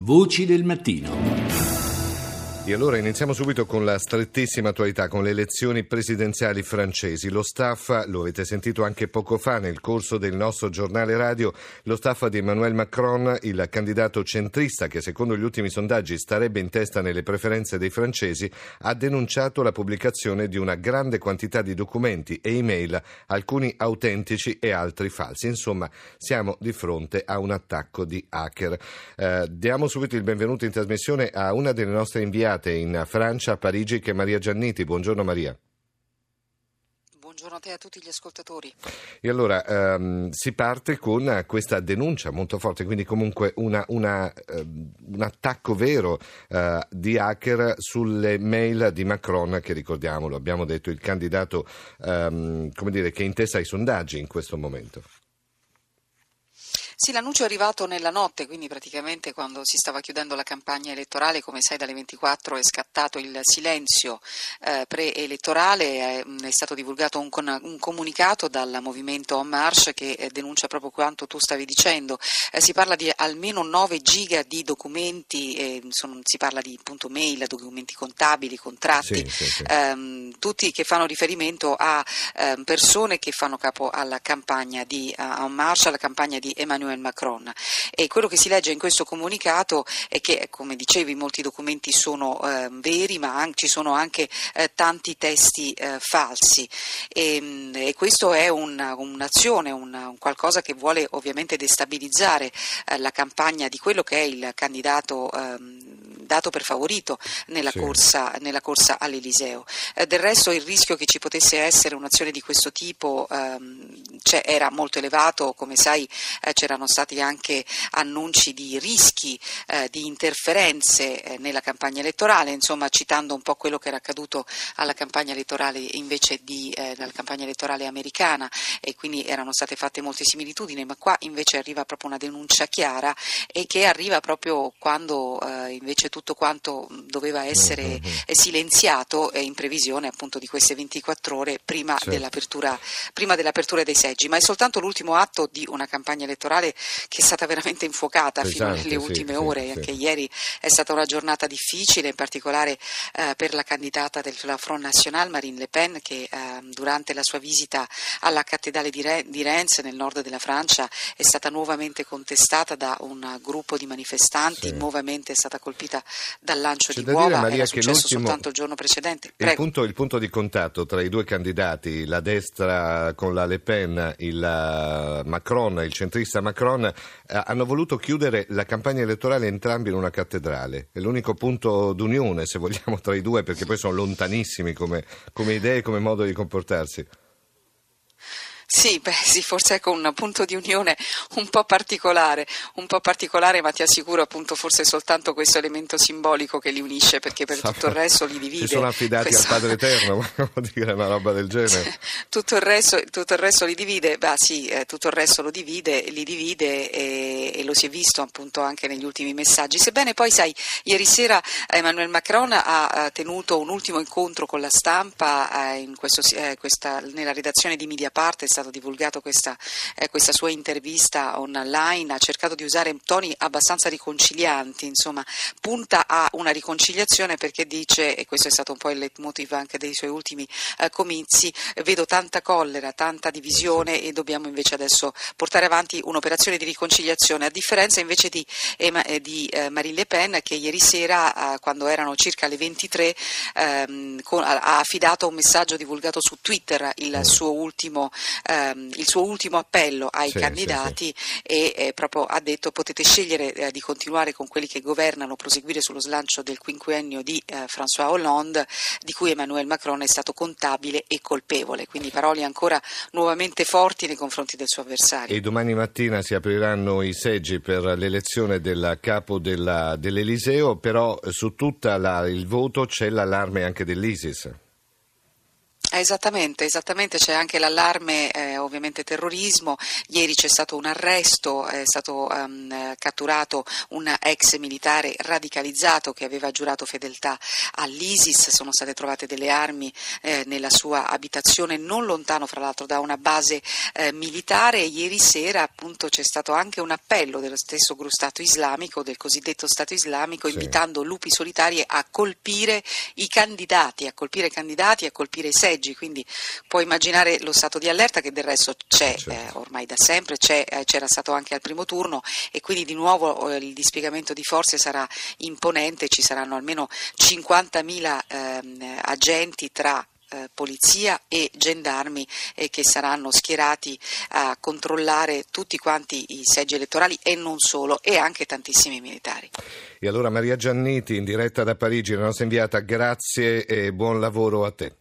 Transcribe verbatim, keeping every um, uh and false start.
Voci del mattino. E allora iniziamo subito con la strettissima attualità, con le elezioni presidenziali francesi. Lo staff, lo avete sentito anche poco fa nel corso del nostro giornale radio, lo staff di Emmanuel Macron, il candidato centrista che secondo gli ultimi sondaggi starebbe in testa nelle preferenze dei francesi, ha denunciato la pubblicazione di una grande quantità di documenti e email, alcuni autentici e altri falsi. Insomma, siamo di fronte a un attacco di hacker. Eh, diamo subito il benvenuto in trasmissione a una delle nostre inviate in Francia, a Parigi, che è Maria Gianniti. Buongiorno Maria. Buongiorno a te e a tutti gli ascoltatori. E allora ehm, si parte con questa denuncia molto forte, quindi comunque una, una, eh, un attacco vero eh, di hacker sulle mail di Macron, che ricordiamolo, abbiamo detto il candidato ehm, come dire, che è in testa ai sondaggi in questo momento. Sì, l'annuncio è arrivato nella notte, quindi praticamente quando si stava chiudendo la campagna elettorale, come sai dalle ventiquattro è scattato il silenzio eh, preelettorale, è, è stato divulgato un, con, un comunicato dal movimento En Marche che eh, denuncia proprio quanto tu stavi dicendo. Eh, si parla di almeno nove giga di documenti, eh, sono, si parla di appunto mail, documenti contabili, contratti, sì, sì, sì. Ehm, tutti che fanno riferimento a eh, persone che fanno capo alla campagna di uh, En Marche, alla campagna di Emmanuel Macron. E quello che si legge in questo comunicato è che, come dicevi, molti documenti sono eh, veri, ma an- ci sono anche eh, tanti testi eh, falsi e, e questo è una, un'azione, una, un qualcosa che vuole ovviamente destabilizzare eh, la campagna di quello che è il candidato ehm, dato per favorito nella, sì. corsa, nella corsa all'Eliseo. Eh, del resto il rischio che ci potesse essere un'azione di questo tipo ehm, cioè, era molto elevato, come sai eh, c'erano stati anche annunci di rischi eh, di interferenze eh, nella campagna elettorale, insomma citando un po' quello che era accaduto alla campagna elettorale invece di eh, alla campagna elettorale americana, e quindi erano state fatte molte similitudini, ma qua invece arriva proprio una denuncia chiara e che arriva proprio quando eh, invece tutto quanto doveva essere mm-hmm. silenziato eh, in previsione appunto di queste ventiquattro ore prima, certo. dell'apertura, prima dell'apertura dei seggi, ma è soltanto l'ultimo atto di una campagna elettorale che è stata veramente infuocata Pesante, fino alle ultime sì, ore. sì, Anche sì. ieri è stata una giornata difficile, in particolare eh, per la candidata del Front National Marine Le Pen, che eh, durante la sua visita alla cattedrale di, Re- di Reims nel nord della Francia è stata nuovamente contestata da un gruppo di manifestanti, sì. nuovamente è stata colpita dal lancio C'è di da dire, uova, Maria, era che successo l'ultimo, soltanto il giorno precedente. il punto, il punto di contatto tra i due candidati, la destra con la Le Pen, il uh, Macron, il centrista Macron, uh, hanno voluto chiudere la campagna elettorale entrambi in una cattedrale. È l'unico punto d'unione, se vogliamo, tra i due, perché poi sono lontanissimi come, come idee e come modo di comportarsi. Sì, beh, sì, forse ecco un punto di unione un po' particolare, un po' particolare, ma ti assicuro appunto forse soltanto questo elemento simbolico che li unisce, perché per tutto il resto li divide. Si sono affidati questo... al Padre Eterno, vogliamo dire una roba del genere. Tutto il resto, tutto il resto li divide, beh sì, eh, tutto il resto lo divide, li divide e, e lo si è visto appunto anche negli ultimi messaggi. Sebbene poi, sai, ieri sera Emmanuel Macron ha, ha tenuto un ultimo incontro con la stampa eh, in questo, eh, questa, nella redazione di Mediapart, è stato divulgato questa, eh, questa sua intervista online, ha cercato di usare toni abbastanza riconcilianti, insomma punta a una riconciliazione perché dice, e questo è stato un po' il leitmotiv anche dei suoi ultimi eh, comizi, vedo tanta collera, tanta divisione e dobbiamo invece adesso portare avanti un'operazione di riconciliazione, a differenza invece di, eh, di eh, Marine Le Pen, che ieri sera eh, quando erano circa le ventitré ehm, con, ha affidato un messaggio divulgato su Twitter, il mm. suo ultimo ehm, il suo ultimo appello ai sì, candidati sì, sì. e eh, proprio ha detto potete scegliere eh, di continuare con quelli che governano, proseguire sullo slancio del quinquennio di eh, François Hollande, di cui Emmanuel Macron è stato contabile e colpevole, quindi parole ancora nuovamente forti nei confronti del suo avversario. E domani mattina si apriranno i seggi per l'elezione del capo della, dell'Eliseo, però su tutto il voto c'è l'allarme anche dell'ISIS. Esattamente, esattamente, c'è anche l'allarme eh, ovviamente terrorismo. Ieri c'è stato un arresto, è stato um, catturato un ex militare radicalizzato che aveva giurato fedeltà all'ISIS, sono state trovate delle armi eh, nella sua abitazione non lontano fra l'altro da una base eh, militare. Ieri sera appunto c'è stato anche un appello dello stesso Stato islamico, del cosiddetto Stato islamico, sì, invitando lupi solitari a colpire i candidati, a colpire i candidati, a colpire i seggi. Quindi puoi immaginare lo stato di allerta che del resto c'è certo. eh, ormai da sempre, c'è, eh, c'era stato anche al primo turno e quindi di nuovo eh, il dispiegamento di forze sarà imponente, ci saranno almeno cinquantamila eh, agenti tra Eh, polizia e gendarmi eh, che saranno schierati a controllare tutti quanti i seggi elettorali e non solo, e anche tantissimi militari. E allora Maria Giannetti in diretta da Parigi, la nostra inviata, grazie e buon lavoro a te.